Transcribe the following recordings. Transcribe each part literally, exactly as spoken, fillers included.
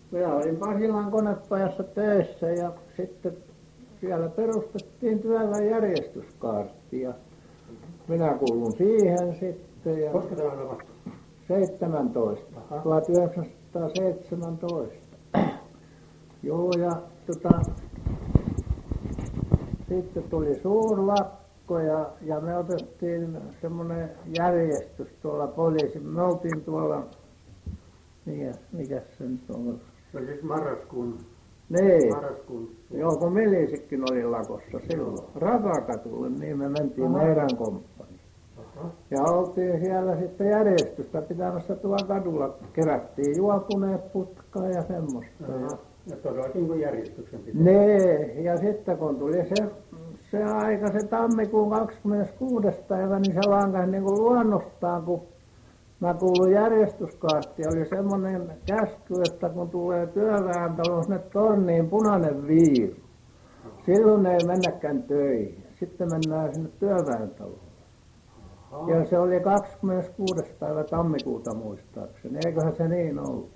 minä olin Pasilan konepajassa töissä ja sitten siellä perustettiin työväen järjestyskaarti ja minä kuulun siihen sitten. Ja koska tämä on avattu? seitsemäntoista, tuhatyhdeksänsataaseitsemäntoista. Joo, ja tota, sitten tuli suurlakko ja, ja me otettiin semmoinen järjestys tuolla poliisi. Me oltiin tuolla, mikä, mikä se nyt on? Se oli siis marraskuun. Niin, Marraskuun. joo, kun milisikin oli lakossa silloin. Rapakatulle, niin me mentiin Aha. meidän komppaniin. Ja oltiin siellä sitten järjestystä pitämässä tuolla kadulla. Kerättiin juopuneet putkaa ja semmoista. Aha. Ja todellakin kuin järjestyksen pitää. Nee, ja sitten kun tuli se, se aika, se tammikuun kahdeskymmeneskuudes päivä, niin se lankasi niin kuin luonnostaan, kun mä kuulun järjestyskaartti. Oli semmoinen käsky, että kun tulee työväentalo sinne torniin punainen viiru, silloin ei mennäkään töihin. Sitten mennään sinne työväentaloon. Ja se oli kahdeskymmeneskuudes päivä tammikuuta muistaakseni. Eiköhän se niin ollut?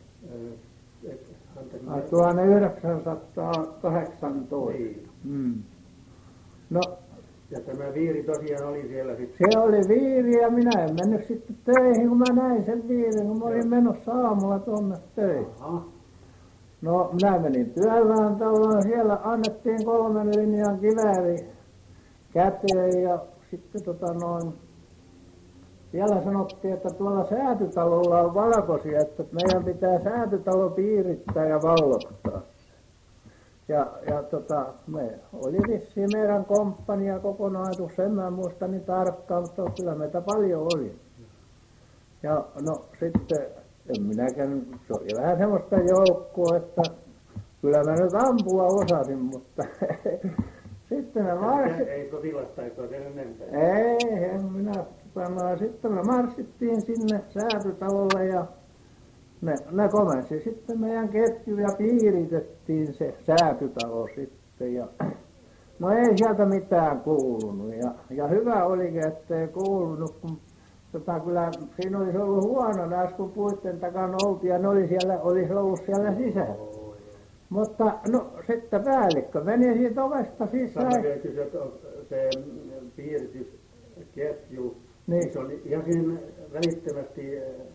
tuhatyhdeksänsataakahdeksantoista. Niin. Mm. No, ja tämä viiri tosiaan oli siellä sitten? Se oli viiri ja minä en mennyt sitten töihin, kun mä näin sen viirin, kun mä olin menossa aamulla tuonne töihin. Aha. No, minä menin työväentaloon, siellä annettiin kolmen linjan kivääri käteen ja sitten tota noin, siellä sanottiin, että tuolla säätytalolla on valkoisia, että meidän pitää säätytalo piirittää ja vallottaa. Ja, ja tota, me oli vissiin meidän komppania kokonaisuus, en mä muista niin tarkkaan, mutta kyllä meitä paljon oli. Ja no sitten, en minäkään, se oli vähän semmoista joukkoa, että kyllä mä nyt ampua osasin, mutta sitten me marssit... Ei sotilasta, eikö se ennen? Ei, en minä sanoa. Sitten me marssittiin sinne säätytalolle ja ne, ne komensi sitten meidän ketju ja piiritettiin se säätytalo sitten. Ja, no ei sieltä mitään kuulunut ja, ja hyvä olikin, ettei kuulunut, kun tota, kyllä siinä olisi ollut huono näissä, kun puitten takana oltiin ja ne oli siellä, olisi ollut siellä sisällä. Mutta no sitten päällikkö meni siitä ovesta sisään. Sanoikin, että se piiritysketju, niin se oli ihan siinä välittömästi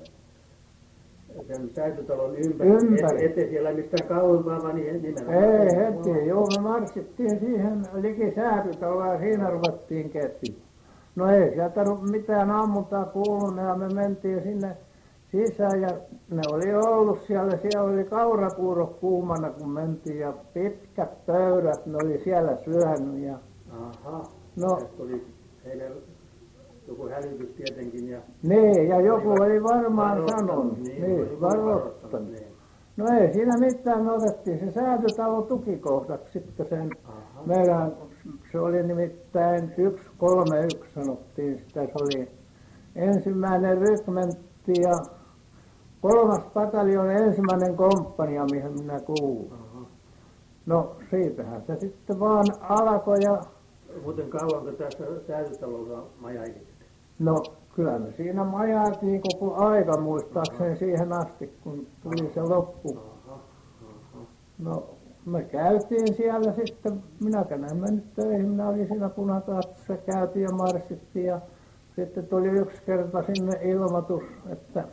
sen säätytalon ympäri, ympäri. ettei siellä mistään kauempaa, vaan nimenomaan. Ei heti, joo, me marssittiin siihen liki säätytaloa ja siinä ruvettiin ketju. No ei sieltä mitään ammuntaa kuulunut ja me mentiin sinne sisään ja ne oli ollut siellä, siellä oli kaurapuurot kuumana kun mentiin ja pitkät pöydät, ne oli siellä syönyt ja... Aha, no, tästä oli heidän joku hälytys tietenkin ja... Niin, ja joku oli varmaan sanonut, niin, niin varoittanut. Niin. No ei siinä mitään, me otettiin se säätytalo tukikohdaksi sitten sen Aha. meidän, se oli nimittäin yksi kolme yksi sanottiin sitä, se oli ensimmäinen rykmentti ja kolmas pataljon ensimmäinen komppania, mihin minä kuulun. Aha. No siitähän se sitten vaan alkoi ja... Muuten kauanko tässä säätytalossa majailitte? No kyllä me siinä majailtiin koko aika muistaakseni Aha. siihen asti, kun tuli se loppu. Aha. Aha. No me käytiin siellä sitten, minäkään en mennyt töihin, minä olin siinä punakaartissa, käytiin ja marssittiin ja sitten tuli yksi kerta sinne ilmoitus, että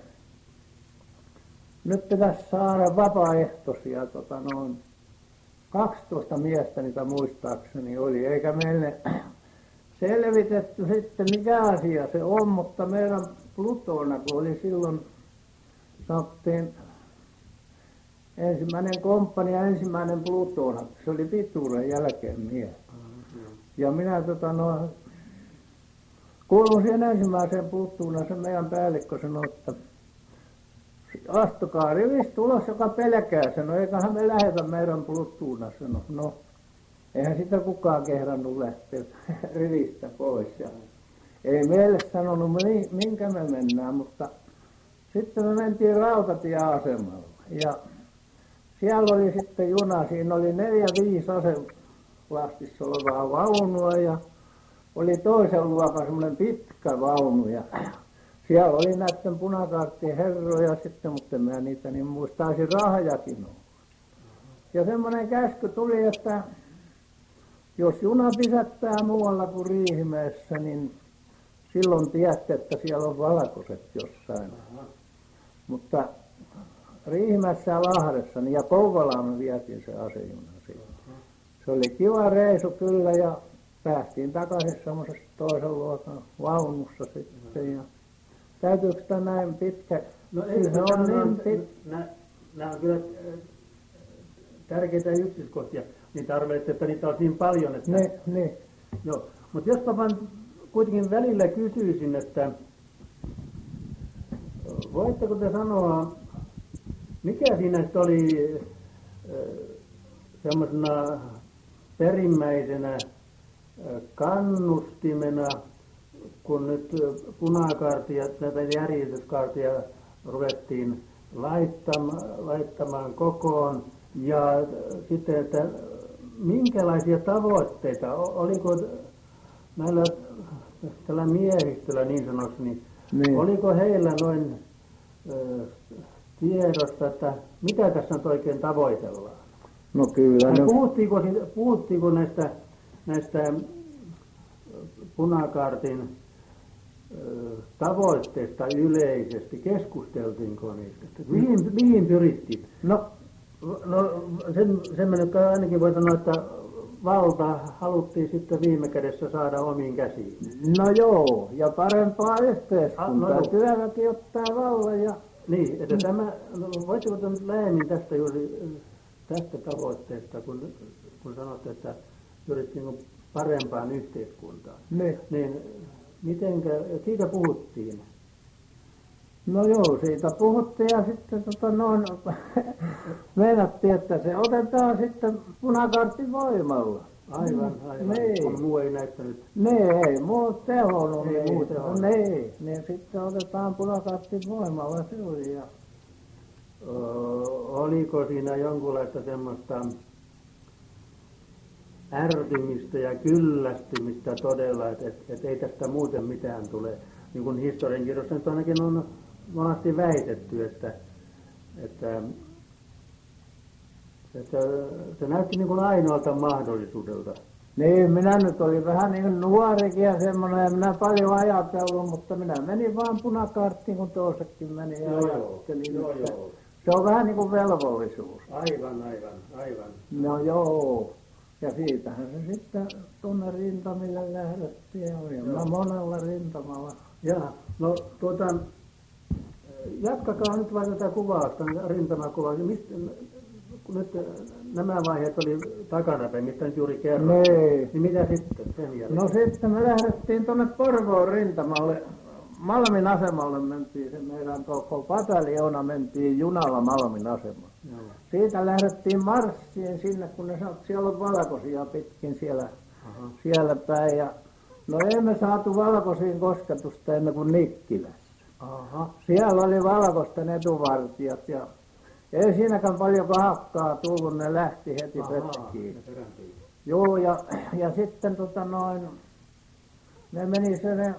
nyt pitäisi saada vapaaehtoisia, tota noin, kaksitoista miestä niitä muistaakseni oli, eikä meille selvitetty sitten mikä asia se on, mutta meidän Plutona, kun oli silloin, sanottiin ensimmäinen komppani ja ensimmäinen Plutona, se oli pituuden jälkeen mies. Ja minä tota no, kuulun siihen ensimmäiseen Plutonaan, se meidän päällikkö sanoi, että astukaa rivistä ulos, joka pelkää sen. No eiköhän me lähetä meidän Plutonaan, sanoi. No, eihän sitä kukaan kehdannut lähteä rivistä pois. Ja ei meille sanonut, minkä me mennään, mutta sitten me mentiin rautatieasemalle. Ja siellä oli sitten juna, siinä oli neljä, viisi aselastissa olevaa vaunua ja oli toisen luokan semmoinen pitkä vaunu. Ja siellä oli näiden punakaarttien herroja sitten, mutta en mä niitä niin muistaisin rahajakin on. ja semmoinen käsky tuli, että jos juna pysähtää muualla kuin Riihimäessä, niin silloin tiedätte, että siellä on valkoiset jossain. Aha. Mutta Riihimäessä ja Lahdessa niin ja Kouvolaan me vietiin se asejuna siitä. Se oli kiva reisu kyllä ja päästiin takaisin semmoisessa toisen luokan vaunussa sitten. Ja täytyykö sitä näin pitkä? No ei, se on niin pitkä. Nämä, nämä on kyllä äh, tärkeitä yksityiskohtia. Niitä arvelette, että niitä on niin paljon, että... Ne, ne. Joo, mutta jospa vaan kuitenkin välillä kysyisin, että voitteko te sanoa, mikä siinä sitten oli äh, semmoisena perimmäisenä äh, kannustimena, kun nyt punakaartia, näitä järjestyskaartia ruvettiin laittamaan, laittamaan kokoon, ja sitten, että minkälaisia tavoitteita, oliko näillä tällä miehistöllä niin sanoksi, niin, niin oliko heillä noin ö, tiedossa, että mitä tässä nyt oikein tavoitellaan? No kyllä. No. Puhuttiinko, puhuttiinko näistä, näistä punakaartin tavoitteista yleisesti, keskusteltiinko niistä? Mihin, mihin pyrittiin? No, no sen, sen mä nyt ainakin voi sanoa, että valta haluttiin sitten viime kädessä saada omiin käsiin. No joo, ja parempaa yhteiskuntaa. Ah, no, työväki ottaa vallan ja... Niin, että tämä, no, voitteko te nyt lähemmin tästä juuri tästä tavoitteesta, kun, kun sanotte, että pyrittiin parempaan yhteiskuntaan. Ne. Niin, mitenkä, siitä puhuttiin? No joo, siitä puhuttiin ja sitten tota noin, meinattiin, että se otetaan sitten punakaartin voimalla. Aivan, aivan. Niin. Kun muu ei näyttänyt. Nee, ei muu tehonnut. Ei niin. muu tehonnut. Nee, niin sitten otetaan punakaartin voimalla se oli. Ja... Ö, oliko siinä jonkunlaista semmoista ärtymistä ja kyllästymistä todella, että et, et ei tästä muuten mitään tule. Niin kuin historiankirjoissa nyt ainakin on monasti väitetty, että, että, että se näytti niin kuin ainoalta mahdollisuudelta. Niin, minä nyt olin vähän niin kuin nuorikin ja semmoinen, en minä paljon ajatellut, mutta minä menin vaan punakaarttiin, kun toisetkin meni ja ajattelin. Joo, joo. Se on vähän niin kuin velvollisuus. Aivan, aivan, aivan. No joo. Ja siitähän se sitten tuonne rintamille lähdettiin ja olin monella rintamalla. Jaa, no tuota, jatkakaa nyt vaikka tätä kuvausta, rintamakuvaa. Mistä, kun nyt nämä vaiheet oli takanapäin, mistä nyt juuri kerroin. Nee. Niin mitä sitten sen jälkeen? No sitten me lähdettiin tuonne Porvoon rintamalle. Malmin asemalle mentiin, se meidän koko pataljoona mentiin junalla Malmin asemalle. Joo. Siitä lähdettiin marssiin sinne, kun ne saat, siellä on valkoisia pitkin siellä, siellä päin. Ja, no emme saatu valkoisiin kosketusta ennen kuin Nikkilässä. Aha. Siellä oli valkoisten etuvartijat ja ei siinäkään paljon hakkaa tullut, ne lähti heti pötkiin. Joo, ja, ja sitten tota noin, ne meni se ne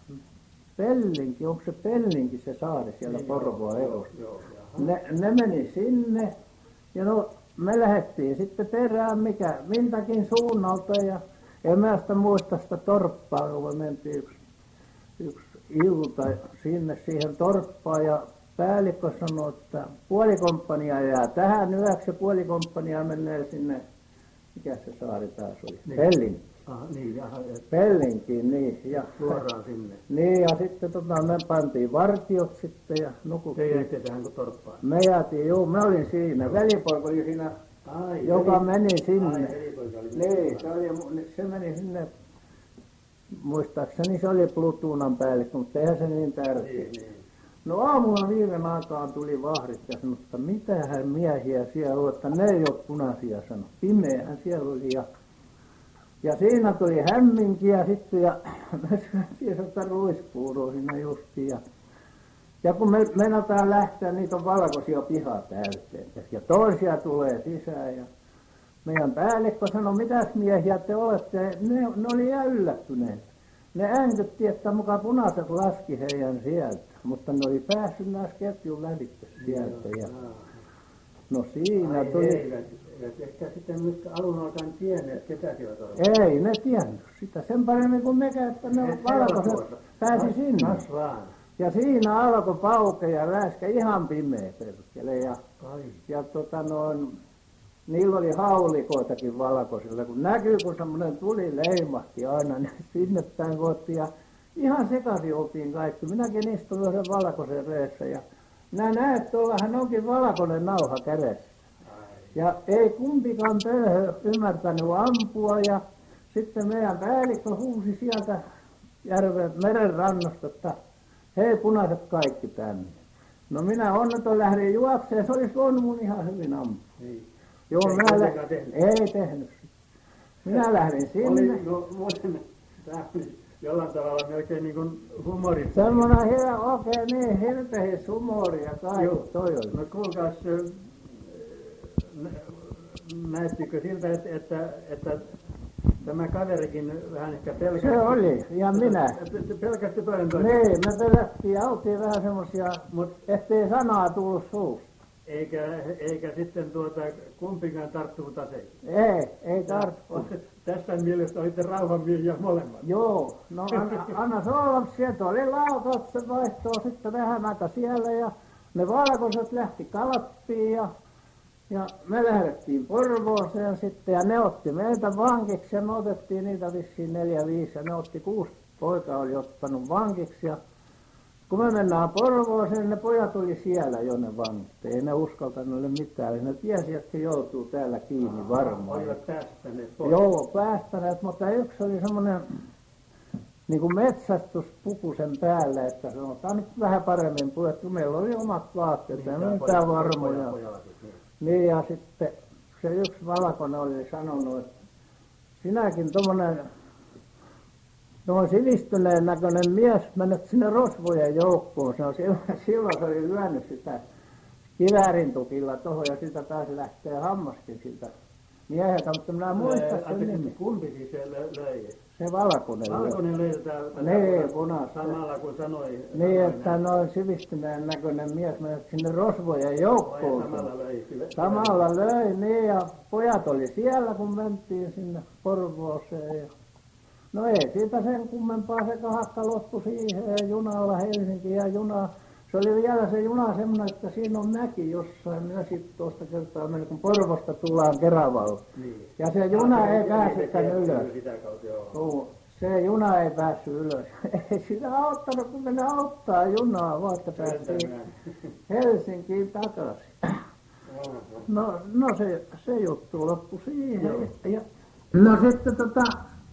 Pellinki, onko se Pellinki se saari siellä niin, Porvoon edussa? Ne, ne meni sinne ja no me lähdettiin sitten perään mikä, miltäkin suunnalta ja en mä sitä muista sitä torppaa, kun me mentiin yksi, yksi ilta sinne siihen torppaan ja päällikkö sanoi, että puolikomppania jää tähän yöksi ja puolikomppania menee sinne, mikä se saari taas oli, niin. Pellinki. Aha, niin, jaha, Pellinkiin, niin. Ja, suoraan sinne. Niin, ja sitten tota, me pantiin vartiot sitten ja nukuttiin. Te jäitte tähän kuin torppaan? Me jäätiin, joo, me olin siinä. Velipoika oli siinä, ai, joka veli... meni sinne. Ai, velipoika oli niin, se, oli, se meni sinne, muistaakseni se oli Plutunan päällikkö, mutta eihän se niin tärkeä. Niin, niin. No aamulla viiden aikaan tuli vahdit ja sanoi, että mitähän miehiä siellä on, että ne ei ole punaisia, sanoi. Pimeähän siellä oli ja... Ja siinä tuli hämminkiä sitten ja me syötiin sitä ruispuuroa siinä justiin. Ja, ja kun me meinataan lähteä, niitä on valkoisia pihaa täyteen. Ja toisia tulee sisään ja meidän päällikkö sanoi, mitäs miehiä te olette. Ne, ne oli ihan yllättyneet. Ne äänkytti, että muka punaiset laski heidän sieltä. Mutta ne oli päässyt näissä ketjun lävitse sieltä. Ja, No siinä Ai tuli... eivät, eivät ehkä sitten myöskään alun alkaen tienneet, ketä siellä torpassa. Ei ne tiennyt sitä sen paremmin kuin mekään, että ne valkoiset pääsi sinne. Kas vaan. Ja siinä alkoi pauke ja läskä ihan pimeä perkele. Ja, Ai. ja tota noin, niillä oli haulikoitakin valkoisilla, kun näkyy, kun semmoinen tuli leimahti aina niin sinne päin kotiin. Ja ihan sekaisin oltiin kaikki. Minäkin istuin sen valkoisen reessä ja minä näen, että tuollahan onkin valkoinen nauha kädessä. Ja ei kumpikaan pöyhö ymmärtänyt ampua ja sitten meidän päällikkö huusi sieltä järven meren rannasta, että hei punaiset kaikki tänne. No minä onneton lähdin juokseen, se olisi voinut mun ihan hyvin ampua. Niin. Joo, Ei minä lä- kuitenkaan tehnyt. ei tehnyt sitä. Minä lähdin sinne. Oli no, muuten, tämä oli jollain tavalla melkein niin kuin humorista. Semmoinen hyvä, oikein niin hirveä humori ja kaikki Joo. toi oli. No kuulkaas, näyttikö siltä, että, että, että tämä kaverikin vähän ehkä pelkästi? Se oli, ja minä. Pelkästi toinen toinen. Niin, me pelättiin ja oltiin vähän semmoisia, Mutta ettei sanaa tullut suusta. eikä, eikä sitten tuota kumpikaan tarttunut aseisiin. Ei, ei tarttu. Tässä mielessä olitte rauhanmiehiä molemmat. Joo, no anna, anna se olla, sieltä oli laukat, se vaihtoo sitten vähän aika siellä ja ne valkoiset lähti Kalppiin ja, ja me lähdettiin Porvooseen sitten ja ne otti meitä vankiksi ja me otettiin niitä vissiin neljä, viisi ja ne otti kuusi poika oli ottanut vankiksi ja kun me mennään Porvooseen, ne pojat oli siellä jo ne vangit. Ei ne uskaltanut mitään. Ne tiesi, että se joutuu täällä kiinni Aha, varmaan. olivat päästäneet pois. Joo, päästäneet, mutta yksi oli semmoinen niin kuin metsästyspuku sen päällä, että sanotaan nyt vähän paremmin puettu. Meillä oli omat vaatteet, Niin, ei tämä mitään pojat- varmoja. pojallakin, niin. Niin ja sitten se yksi valkoinen oli sanonut, että sinäkin tuommoinen noin sivistyneen näköinen mies menet sinne rosvojen joukkoon. Se on silloin, silloin se oli lyönyt sitä kiväärin tukilla tuohon ja sitä taas lähtee hammaskin siltä mieheltä, mutta minä muistan sen Anteeksi, nimi. kumpi siis se lö- löi? Se valkoinen. löi. Valkoinen löi täältä. Niin, punaista. Samalla kun sanoi. Niin, että noin sivistyneen näköinen mies menet sinne rosvojen joukkoon. Samalla löi. Samalla löi, niin, ja pojat oli siellä, kun mentiin sinne Porvooseen. Ja no ei siitä sen kummempaa, se kahakka loppui siihen ja junalla Helsinkiin ja juna. Se oli vielä se juna semmoinen, että siinä on mäki jossain. Minä sitten tuosta kertaa menin, kun Porvosta tullaan Keravalle. Niin. Ja se juna Ah, ei se- päässytkään se- ylös. Sitä kautta, joo. Joo, se juna ei päässyt ylös. Ei sitä auttanut, kun ne auttaa junaa, vaikka päästiin Työntämään. Helsinkiin takaisin. Joo. No, no se, se juttu loppui siihen. Ja, no sitten tota,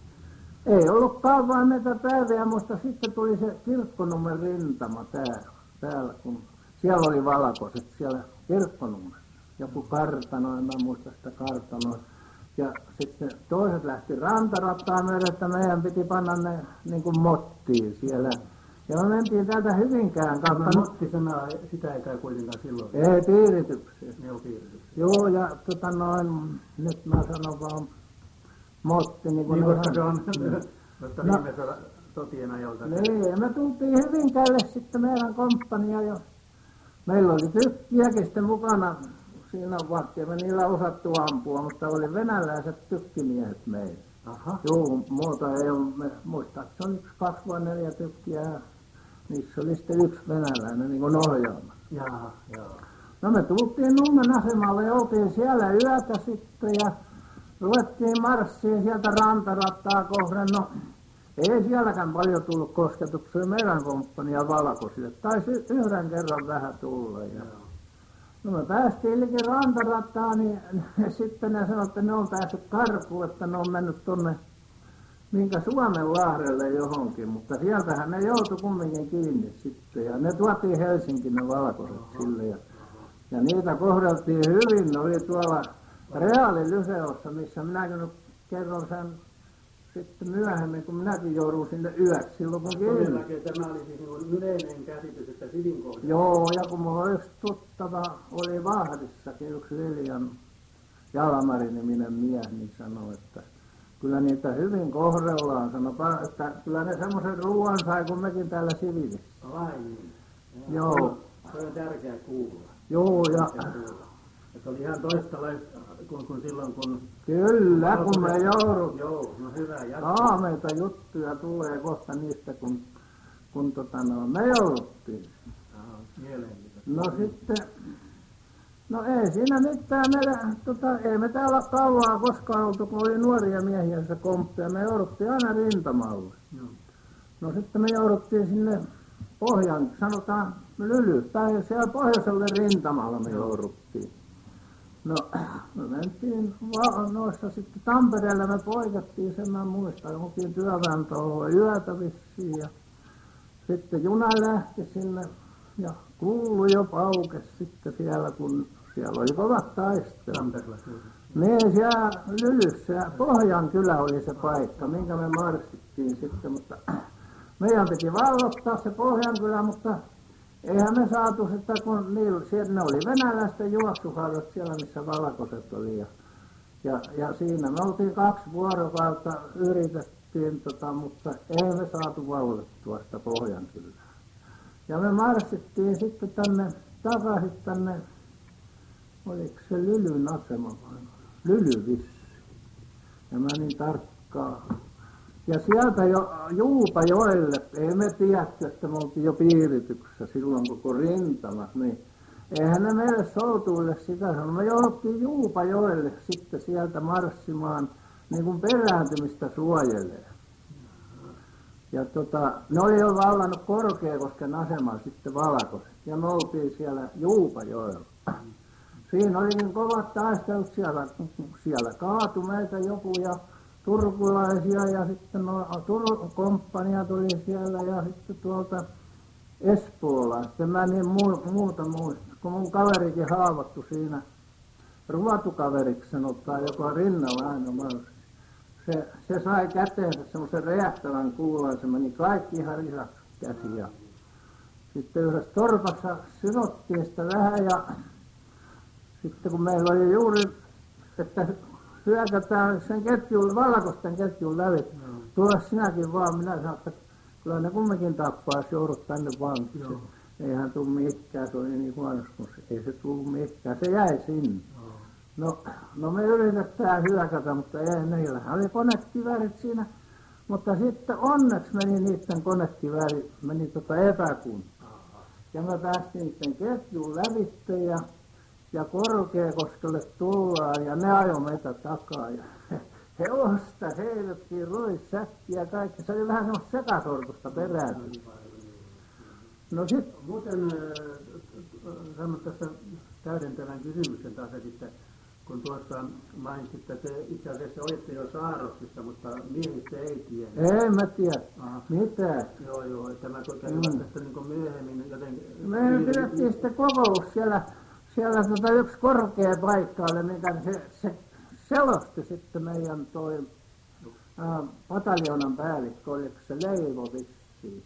ei ollut kauan näitä päiviä, mutta sitten tuli se Kirkkonummen rintama täällä, täällä kun siellä oli valkoiset siellä Kirkkonummessa. Joku kartano, en mä muista sitä kartanoa. Ja sitten toiset lähti rantarattaan myöden, että meidän piti panna ne niin kuin mottiin siellä. Ja me mentiin täältä Hyvinkään Tämä kautta. mottisanaa, sitä ei kai kuitenkaan silloin. Ei piirityksiä. Ne on piirityksiä. Joo, ja tota noin, nyt mä sanon vaan motti, niin kuin Niin, ne koska se on sanoo. vasta No. viime sodan sotien ajalta. Niin, ja me tultiin Hyvinkäälle sitten meidän komppania ja meillä oli tykkiäkin sitten mukana siinä vaikka me niillä osattu ampua, mutta oli venäläiset tykkimiehet meillä. Aha. Joo, muuta ei ole, me muistaa, että se on yksi, kaksi vai neljä tykkiä ja niissä oli sitten yksi venäläinen niin kuin ohjaama. Jaa, joo. No me tultiin Nummen asemalle ja oltiin siellä yötä sitten ja ruvettiin marssiin sieltä rantarattaa kohden. No ei sielläkään paljon tullut kosketuksia meidän komppania valkoisille. Taisi yhden kerran vähän tulla. Ja no me päästiin liki rantarattaa, niin sitten ne sanoivat, että ne on päässyt karkuun, että ne on mennyt tuonne minkä Suomenlahdelle johonkin, mutta sieltähän ne joutui kumminkin kiinni sitten. Ja ne tuotiin Helsinkiin ne valkoiset sille. Ja, ja niitä kohdeltiin hyvin. Ne oli tuolla Reaalilyseossa, missä minäkin nyt kerron sen sitten myöhemmin, kun minäkin joudun sinne yöksi silloin kun kiinni. Todellakin tämä oli siis niin yleinen käsitys, että Sivin kohdalla. Joo, ja kun mulla yksi tuttava oli Vahdissakin, yksi Viljan Jalmari-niminen mies, niin sanoi, että kyllä niitä hyvin kohdellaan. Sanotaan, että kyllä ne semmoisen ruoan sai kuin mekin täällä Siviilissä. Vai niin. Joo. Se on tärkeää kuulla. Joo, ja Ja kuulla. Että Se oli ihan toistalaista kuin, kuin silloin, kun... Kyllä, kun me joudut. Joo, no hyvä, jatka. Aameita juttuja tulee kohta niistä, kun, kun tota, no, me jouduttiin. Aha, mielenkiintoista. No sitten, no ei siinä mitään, me, tota, ei me täällä kauaa koskaan oltu, kun oli nuoria miehiä se komppi, ja me jouduttiin aina rintamalle. Joo. No sitten me jouduttiin sinne pohjan, sanotaan Lyly, tai siellä pohjoiselle rintamalla me jouduttiin. No me mentiin va- noissa sitten Tampereelle, me poikattiin sen, mä muistan, johonkin työväentaloon yötä vissiin, ja sitten juna lähti sinne, ja kuului jo paukes sitten siellä, kun siellä oli kovat taistelut. Tamperelassa. Niin, siellä Lylyssä, ja Pohjankylä oli se paikka, minkä me marssittiin sitten, mutta meidän piti vallottaa se Pohjankylä, mutta eihän me saatu sitä, kun niillä, siellä, ne oli venäläisten juoksuhaudat siellä, missä valkoiset oli, ja, ja, ja siinä me oltiin kaksi vuorokautta, yritettiin, tota, mutta ei me saatu vallottua sitä Pohjankylää. Ja me marssittiin sitten tänne, takaisin tänne, oliko se Lylyn asema vai? Lyly vissi. Ja mä niin tarkkaan. Ja sieltä jo Juupajoelle, ei me tiedätty, että me oltiin jo piirityksessä silloin koko rintamat, niin eihän ne meille soutuille sitä sanonut. Me jouduttiin Juupajoelle sitten sieltä marssimaan niin kuin perääntymistä suojelee. Ja tota, ne oli jo vallannut Korkeakosken aseman sitten valkoiset, ja me oltiin siellä Juupajoella. Siinä olikin kovat taistelut siellä, siellä kaatu meitä joku ja turkulaisia ja sitten no, Turun komppania tuli siellä ja sitten tuolta Espoola. Sitten mä niin muu, muuta muista, kun mun kaverikin haavoittui siinä, ruotukaveriksi sanotaan, joka rinnalla aina marssi. Se, se sai käteensä semmoisen räjähtävän kuulan, se meni kaikki ihan lisäksi käsiin. Ja sitten yhdessä torpassa sidottiin sitä vähän ja sitten kun meillä oli juuri, että hyökätään sen ketjun, valkoisten ketjun läpi, tule sinäkin vaan, minä sanoin, että kyllä ne kumminkin tappaisi, joudut tänne vankiin. Eihän tule mihinkään, se oli niin huonosti, kun ei se tullut mihinkään, se jäi sinne. No, no me yritetään hyökätä, mutta ei meillähän oli konekiväärit siinä, mutta sitten onneksi meni niiden konekiväärit, meni tota epäkuntoon. Ja me päästiin niiden ketjuun lävitse ja Ja Korkeakoskelle tullaan ja ne ajoi meitä takaa ja hevosta heitettiin ruissäkkiä ja kaikki. Se oli vähän semmoista sekasortoista perääntystä. No sit... Muuten sanon tässä täydentävän kysymyksen taas, että kun tuossa mainitsit, että te itse asiassa olitte jo Saaroksissa, mutta miehistä ei tiedä. Ei mä tiedä. Aha. Mitä? Joo, joo, että mä kävin mm. tästä niin myöhemmin jotenkin... Me pidettiin sitten kokous siellä. Siellä tota yksi korkea paikka oli, mikä se, se selosti sitten meidän toi ää, pataljonan päällikkö, oliko se Leivo vissiin.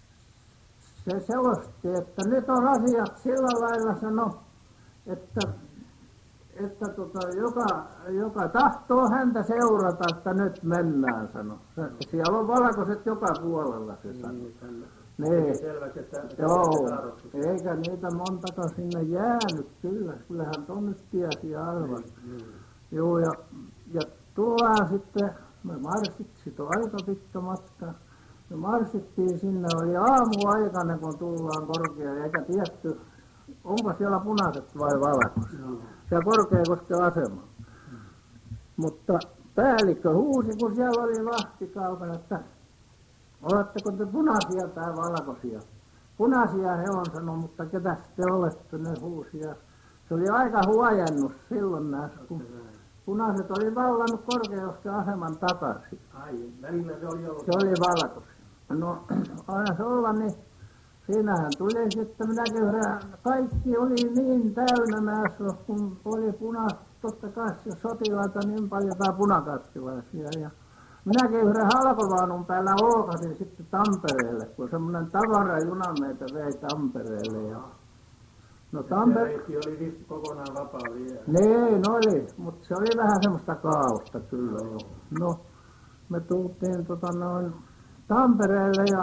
Se selosti, että nyt on asiat sillä lailla sano, että, että tota, joka, joka tahtoo häntä seurata, että nyt mennään sano. Siellä on valkoiset joka puolella se sanoi. Niin. Selväksi, että joo, eikä niitä montako sinne jäänyt, kyllä, kyllähän ton nyt tiesi ja arvasi. Mm, mm. Joo, ja, ja tullaan sitten, me marssittiin, on aika pitkä matka, me marssittiin sinne, oli aamuaikana, kun tullaan Korkea, eikä tiedetty, onko siellä punaiset vai valkoiset, no. Siellä Korkeakosken asema. Mm. Mutta päällikkö huusi, kun siellä oli vahtikaupana, että oletteko te punaisia tai valkoisia? Punaisia he on sanonut, mutta ketä te olette, ne huusia. Se oli aika huojennus silloin näissä, kun punaiset oli vallannut Korkeakosken aseman takaisin. Ai, välillä se oli ollut. Se oli valkoisia. No, aina se olla, niin siinähän tuli sitten, minäkin yhdessä, kaikki oli niin täynnä näissä, kun oli punaista, totta kai sotilaita niin paljon tai punakattilaisia. Ja minäkin yhden halkovaunun päällä ookasin sitten Tampereelle, kun semmoinen tavarajuna meitä vei Tampereelle. Ja no Tampere... Se oli vissi kokonaan vapaa vielä. Niin oli, mutta se oli vähän semmoista kaaosta kyllä. No, no me tultiin tota noin Tampereelle ja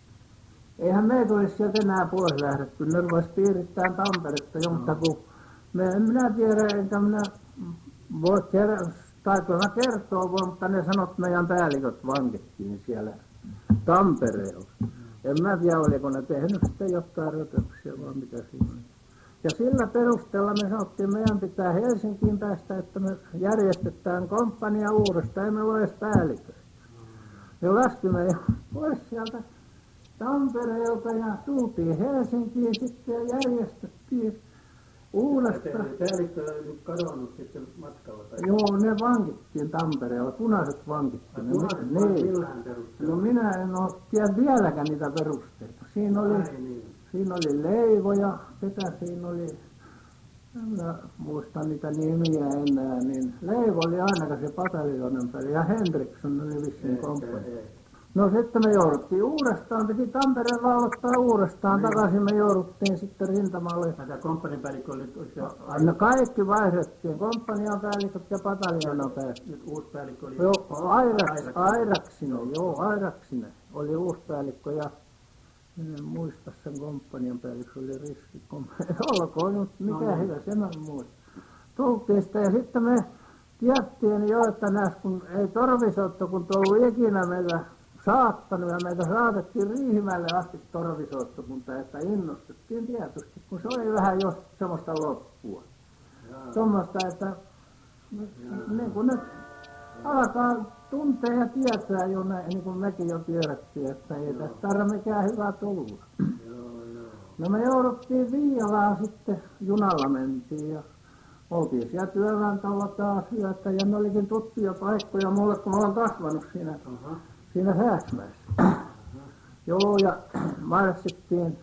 eihän meitä olisi sieltä enää pois lähdetty. Ne rupesi piirittämään Tamperetta jo, mutta kun Me, en minä tiedä, enkä minä voi kertoa, tai mä kertoo voi, mutta ne sanot meidän päälliköt vankittiin siellä Tampereella. En mä tiedä, oliko ne tehnyt sitten jotain rötöksiä vai mitä siinä oli. Ja sillä perusteella me sanottiin, että meidän pitää Helsinkiin päästä, että me järjestetään komppania uudestaan, emme ole edes päälliköitä. Ja laskimme jo pois sieltä Tampereelta ja tultiin Helsinkiin sitten ja järjestettiin uudestaan. Päällikkö oli nyt kadonnut sitten matkalla? Tai... Joo, ne vankittiin Tampereella, punaiset vankittiin. Punaiset ne, niin. No minä en ole tiedä vieläkään niitä perusteita. Siinä oli, Ai, niin. siinä oli Leivo ja ketä siinä oli, en muista niitä nimiä enää, niin Leivo oli ainakaan se pataljonen peli ja Henriksson oli vissiin komppani. No sitten me jouduttiin uudestaan, piti Tampereen valottaa uudestaan, niin. Takaisin me jouduttiin sitten rintamalle. Tämä komppanipäällikkö oli oikein... No kaikki vaihdettiin, komppanian päälliköt ja pataljonan päälliköt. Nyt uusi päällikkö oli... Joo, Airaks, Airaksinen, joo, Airaksinen oli uusi päällikkö ja en muista sen komppanian päällikkö, oli riskikomppania. Olkoon nyt mikä no, hyvä, sen mä muista. Tultiin sitä ja sitten me tiedettiin jo, että näis, kun ei Torvisotto, kun ollut ikinä meillä saattanut ja meitä saatettiin Riihimäelle asti Torvisottokunta, että innostettiin tietysti, kun se oli vähän jo semmoista loppua. Tuommoista, että niin kuin nyt alkaa tuntea ja tietää jo näin, niin kuin mekin jo tiedettiin, että ei tästä tarvitse mikään hyvä tulla. No me jouduttiin Viialaan sitten, junalla mentiin ja oltiin siellä työväentällä taas yötä ja ne olikin tuttuja paikkoja mulle, kun mä olen kasvanut siinä, uh-huh. siinä Sääsmäessä. Uh-huh. Joo, ja marssittiin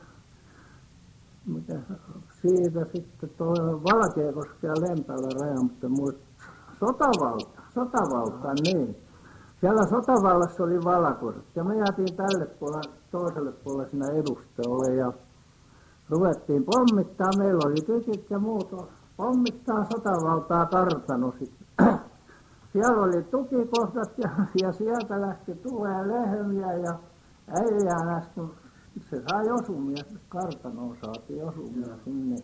mitä, siitä sitten tuo Valkeakoski ja Lempällä raja, mutta muut sotavalta, sotavalta, niin. Siellä sotavallassa oli valakortti ja me jäätiin tälle puolelle, toiselle puolelle siinä edustajalle ja ruvettiin pommittaa. Meillä oli tykit ja muut pommittaa sotavaltaa kartano sitten. Siellä oli tukikohdat ja, ja sieltä lähti tulee lehmiä ja äijää lähti, se sai osumia, kartanoon saatiin osumia sinne.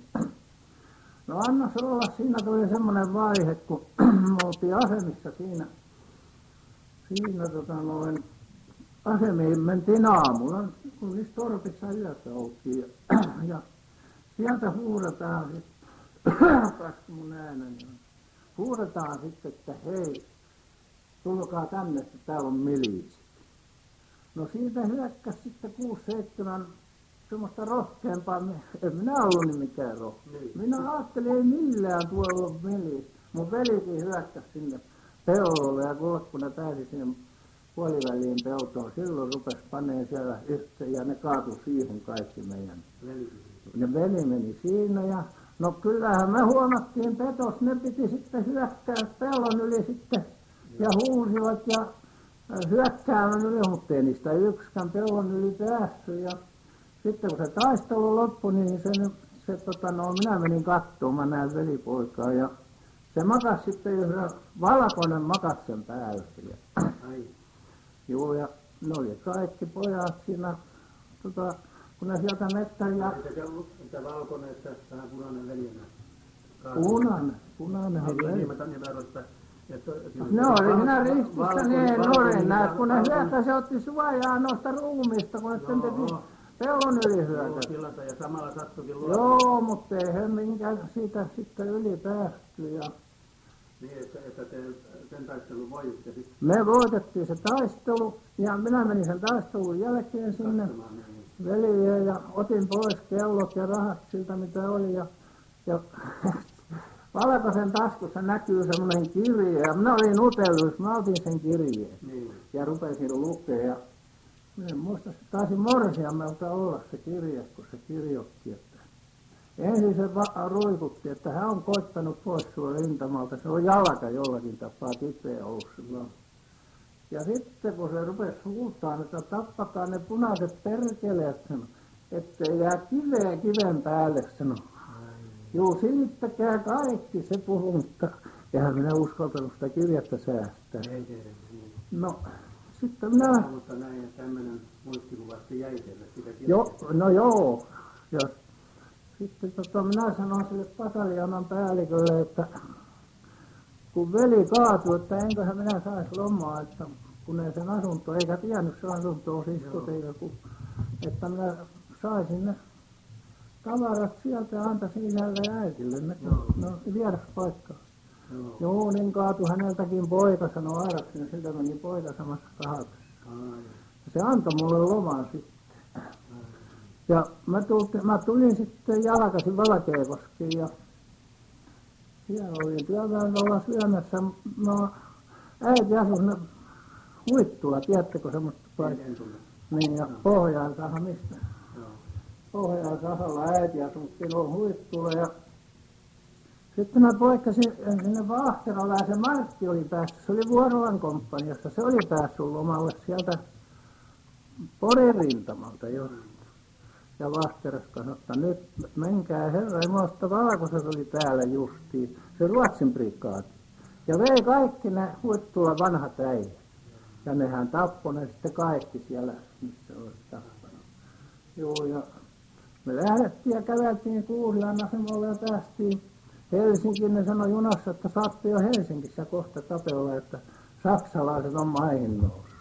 No annas olla, siinä tuli semmoinen vaihe, kun me oltiin asemissa siinä, siinä tota noin, asemiin mentiin aamulla, kun niissä torpissa yötä oltiin ja, ja sieltä huudetaan sitten, kasku mun ääneni, huudetaan sitten, että hei, tulkaa tänne, että täällä on miliisit. No siitä hyökkäsi sitten kuusi seitsemän semmoista rohkeampaa, en minä ollut niin mikään rohkea. Minä ajattelin, ei millään tuolla ole miliisi. Mun velikin hyökkäsi sinne pellolle ja kun ne pääsi siihen puoliväliin peltoon, silloin rupesi paneen siellä yhteen ja ne kaatui siihen kaikki meidän. Ne veli meni siinä ja no kyllähän me huomattiin petos, ne piti sitten hyökkää pellon yli sitten ja huusivat ja hyökkäämään yli, mutta ei niistä yksikään pellon yli päässyt ja sitten kun se taistelu loppui, niin se, se tota, no, minä menin katsomaan, mä näin velipoikaa ja se makasi sitten yhden valkoinen makas sen päällä. Ai. Joo, ja ne oli kaikki pojat siinä, tota, kun ne sieltä mettään ja... Mitä valkoinen, että vähän punainen veljänä? Punainen, punainen veli. Ne oli siinä ristissä, niin nuorin näet, kun ne hyökkäsi, se otti suojaa noista ruumista, kun ne sitten teki pellon yli hyökkäsi. Ja samalla sattuikin luotua. Joo, mutta ei he minkään siitä sitten yli päästy ja... Niin, että, että te sen taistelun voitte sitten? Me voitettiin se taistelu ja minä menin sen taistelun jälkeen sinne veljeen ja otin pois kellot ja rahat siltä mitä oli ja, ja valkoisen taskussa näkyy semmoinen kirje ja minä olin utellut, mä otin sen kirjeen niin. Ja rupesin lukea ja en muista, se taisi morsiamelta olla se kirje, kun se kirjoitti, että ensin se ruikutti, että hän on koittanut pois sua rintamalta. Se on jalka jollakin tapaa kipeä ollut silloin. Ja sitten kun se rupesi huutaan, että tappakaa ne punaiset perkeleet, ettei jää kiveä kiven päälle, sanoi. Juu, silittäkää kaikki, se puhuu, mutta eihän minä uskaltanut sitä kirjettä säästää. Ei tehdä. No, sitten minä... Mutta näin tämmöinen muistikuvasti jäi teille sitä kirjettä. Jo, no joo, jos... sitten tota, minä sanoin sille pataljoonan päällikölle, että kun veli kaatui, että enköhän minä saisi lomaa, että kun ei sen asunto, eikä tiennyt se asunto siskot eikä kun, että minä saisin ne tavarat sieltä ja antaisin isälle ja äitille, ne, ne on vieras paikka. Joo. Joo, niin kaatui häneltäkin poika, sanoi Airaksinen, siltä meni poika samassa kahakassa. Se antoi mulle loman sitten. Ja mä, tulti, mä tulin sitten jalkaisin Valkeakoskeen ja siellä olin työväenkolla syömässä. No, äiti asui sinne Huittula, tiedättekö semmoista paikkaa? Niin, ja Pohjaan-Saha, mistä? Pohjaan-Sahalla äiti asui silloin Huittula ja sitten mä poikkasin sinne Vahteralle ja se Martti oli päässyt, se oli Vuorolan komppaniasta, se oli päässyt lomalle sieltä Porin rintamalta jo. Ja Vahteras sanoi, että nyt menkää herra Jumalasta, Valkoset oli täällä justiin, se Ruotsin prikaati. Ja vei kaikki ne Huittulan vanhat äijät. Ja nehän tappoi ne sitten kaikki siellä, missä olisi tappanut. Joo, ja me lähdettiin ja käveltiin Kuusilan asemalle ja päästiin Helsinkiin. Ne sanoi junassa, että saatte jo Helsingissä kohta tapella, että saksalaiset on maihin noussut.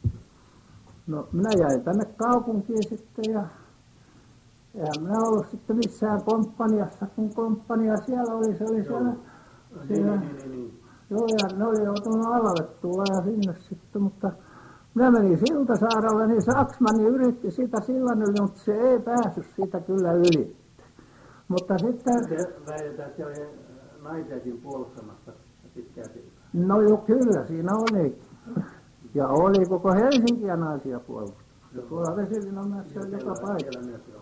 No minä jäin tänne kaupunkiin sitten ja eihän minä ollut sitten missään komppaniassa, kun komppania siellä oli, se oli siellä. Joo, siinä, niin, niin, niin. Joo, ja ne oli joutunut alvettua ja sinne sitten, mutta minä menin Siltasaarelle, niin Saksmani yritti sitä sillan yli, mutta se ei päässyt siitä kyllä yli. Mutta sitten... Se väitetään, että siellä oli naisiakin puolustamassa pitkää siltaa. No jo kyllä, siinä oli. Ja oli koko Helsinkiä naisia puolustamassa. Ja tuolla Vesilinnanmäessä on joka paikka.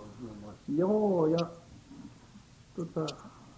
Joo, ja tota,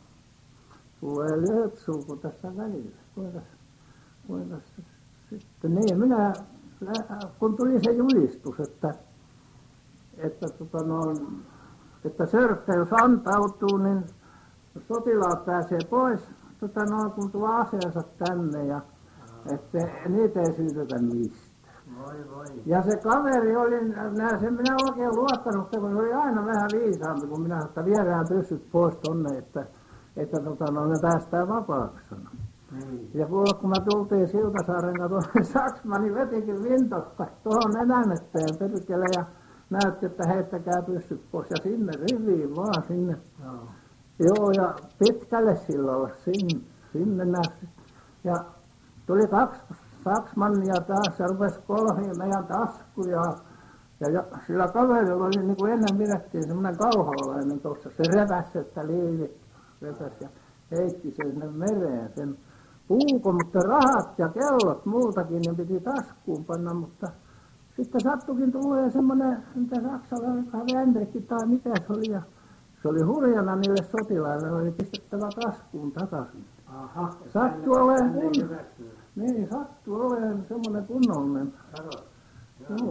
tulee lyhyt sulku tässä välillä. Kuinka, kuinka sitten, niin minä, kun tuli se julistus, että, että, tota noin, että Sörkkä jos antautuu, niin sotilaat pääsee pois, tota noin, kun tuo aseensa tänne, ja että niitä ei syytetä mistään. Voi, voi. Ja se kaveri oli, nää, sen minä oikein luottanut, kun se oli aina vähän viisaampi, kun minä että viedään pyssyt pois tonne, että, että tota, no, me päästään vapaaksi. Mm. Ja kuule, kun me tultiin Siltasaaren tuonne Saksmaan, niin vetikin vintokka tuohon nenän eteen perkele ja näytti, että heittäkää pyssyt pois. Ja sinne riviin vaan sinne. No. Joo, ja pitkälle silloin sinne, sinne nähty. Ja tuli kaksi Saksmannia taas ja rupesi kolhiin meidän taskuja. Ja, ja sillä kaverilla oli niin kuin ennen pidettiin semmoinen kauhavalainen tuossa. Se repäsi, että liivit repäsi ja heitti sen sinne mereen sen puukon, mutta rahat ja kellot muutakin niin piti taskuun panna, mutta sitten sattukin tulee semmoinen, mitä saksalainen Vendrikki tai mikä se oli, ja se oli hurjana niille sotilaille, oli pistettävä taskuun takaisin. Aha, sattuu olemaan kun... Niin, sattuu olemaan semmoinen kunnollinen. Joo.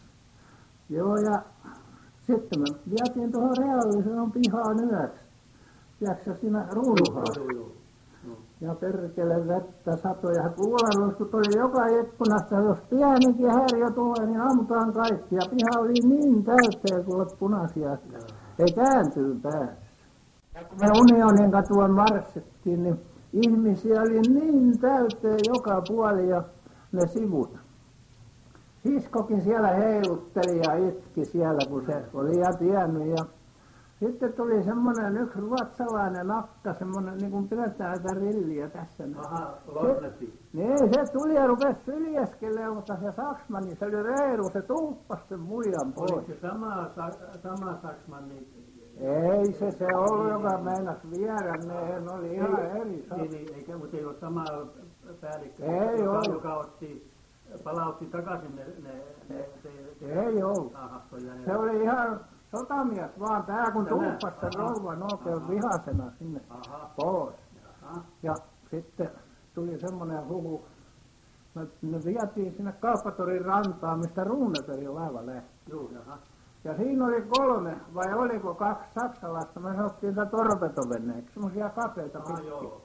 Joo, ja sitten me vietiin tuohon Reaalliseen pihaan yöksi. Tiedätkö siinä ruuduhaassa? Ja perkele vettä satoja. Ja kuuleluskut oli joka ikkunasta, jos pienikin häiriö tulee, niin ammutaan kaikki. Ja piha oli niin täyteen, kun olet punaisia, että ei kääntyy päässä. Ja kun me Unionin katua marssittiin, niin ihmisiä oli niin täyteen joka puoli ja ne sivut. Siskokin siellä heilutteli ja itki siellä, kun se oli ja tiennyt. Ja sitten tuli semmoinen yksi ruotsalainen akka, semmoinen, niin kuin pidetään tätä rilliä tässä. Aha, Lornetti. Niin, se tuli ja rupesi syljeskelemaan, mutta se Saksmanni, se oli reilu, se tuuppasi sen muijan pois. Oliko se sama, sama Saksmanni? Ei se se ollut, joka meinasi viedä, ne oli ihan eri Niin, niin, eikä, mutta ei ole sama päällikkö, ei joka, ollut. joka otti, palautti takaisin ne... ne, ne se, ei ollut. Aha, se oli ihan sotamies vaan, tää kun tuuppasi sen rouvan oikein vihasena sinne aha. Pois. Aha. Ja sitten tuli semmoinen huhu, että ne vietiin sinne Kauppatorin rantaan, mistä Runebergin laiva lähti. Joo, jaha. Ja siinä oli kolme, vai oliko kaksi saksalaista, me sanottiin niitä torpetoveneeksi, semmoisia kapeita pitkiä. Ah, joo.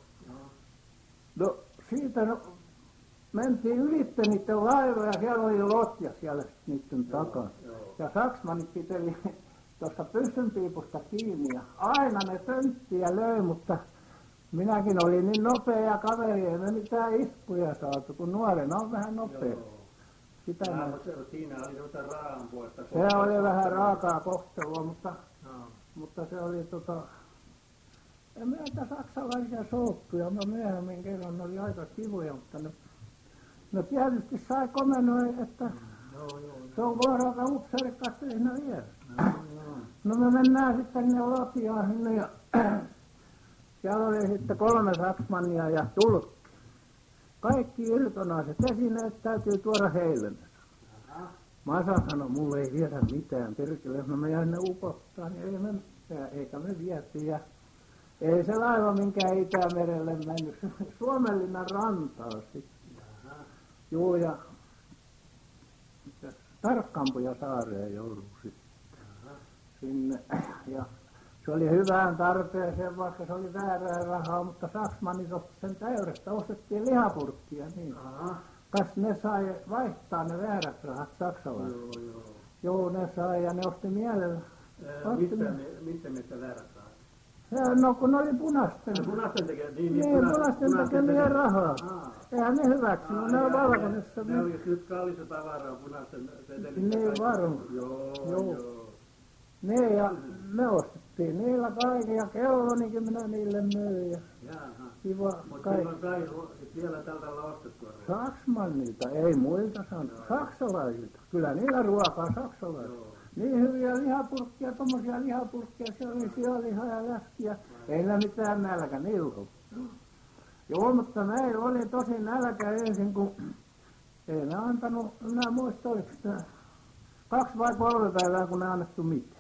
No siitä no, mentiin ylitte niiden laivoja ja siellä oli lotja siellä niiden takana. Ja Saksmanit piteli tuosta pyssynpiipusta kiinni ja aina ne töntti ja löi, mutta minäkin olin niin nopea kaveri, ei me mitään iskuja saatu, kun nuorena on vähän nopea. Sitä ja, mä... se, siinä oli jotain raanpuolesta. Se oli vähän raakaa kohtelua, mutta, no. mutta se oli tota... En meiltä saksalaisia souttuja, mä myöhemmin kerran oli aika kivuja, mutta ne, ne tietysti sai komennoin, että Joo, joo, se on kohdalta upseerikkaasti siinä vieressä. no, no. No me mennään sitten sinne Lotiaan sinne ja siellä oli sitten kolme saksmannia ja tulkki. Kaikki irtonaiset esineet täytyy tuoda heille. Masa sanoi, mulle ei viedä mitään, perkele, jos me jäin ne upottaa, niin ei me mitään, eikä me vietiin. Ja ei se laiva minkään Itämerelle mennyt, Suomenlinnan rantaa sitten. Juu, ja Tarkkampuja saareen joudun sitten sinne. Ja se oli hyvään tarpeeseen, vaikka se oli väärää rahaa, mutta saksmannit osti sen täydestä, ostettiin lihapurkkia niin. Aha. Kas ne sai vaihtaa ne väärät rahat saksalaiset. Joo, joo. Joo, ne sai ja ne osti mielellä. Ää, mistä, me, mistä meistä väärät rahat? Ja, no kun ne oli punaisten. No, punaisten tekee, niin, Niin, punaisten, punaisten tekemiä rahaa. Aa. Eihän ne hyväksynyt, ne on valkoisessa. Ne oli nyt kallista tavaraa punaisten setelistä. Niin varmaan. Joo, Joo. joo. Ne ja me ostettiin niillä kaiken ja kellonikin minä niille myin. Ja Jaha. kiva Mutta kaikki. silloin sai ruo- vielä tältä olla ostettua ruokaa. Saksmannilta, ei muilta saanut. Saksalaisilta. Kyllä niillä ruokaa saksalaisilta. Joo. Niin hyviä lihapurkkia, tommosia lihapurkkia, se oli sianlihaa ja läskiä. Ei ne mitään nälkä niillä ollut. Joo, mutta meillä oli tosi nälkä ensin, kun ei ne antanut, minä muista oliko sitä kaksi vai kolme päivää, kun ne annettu mitään.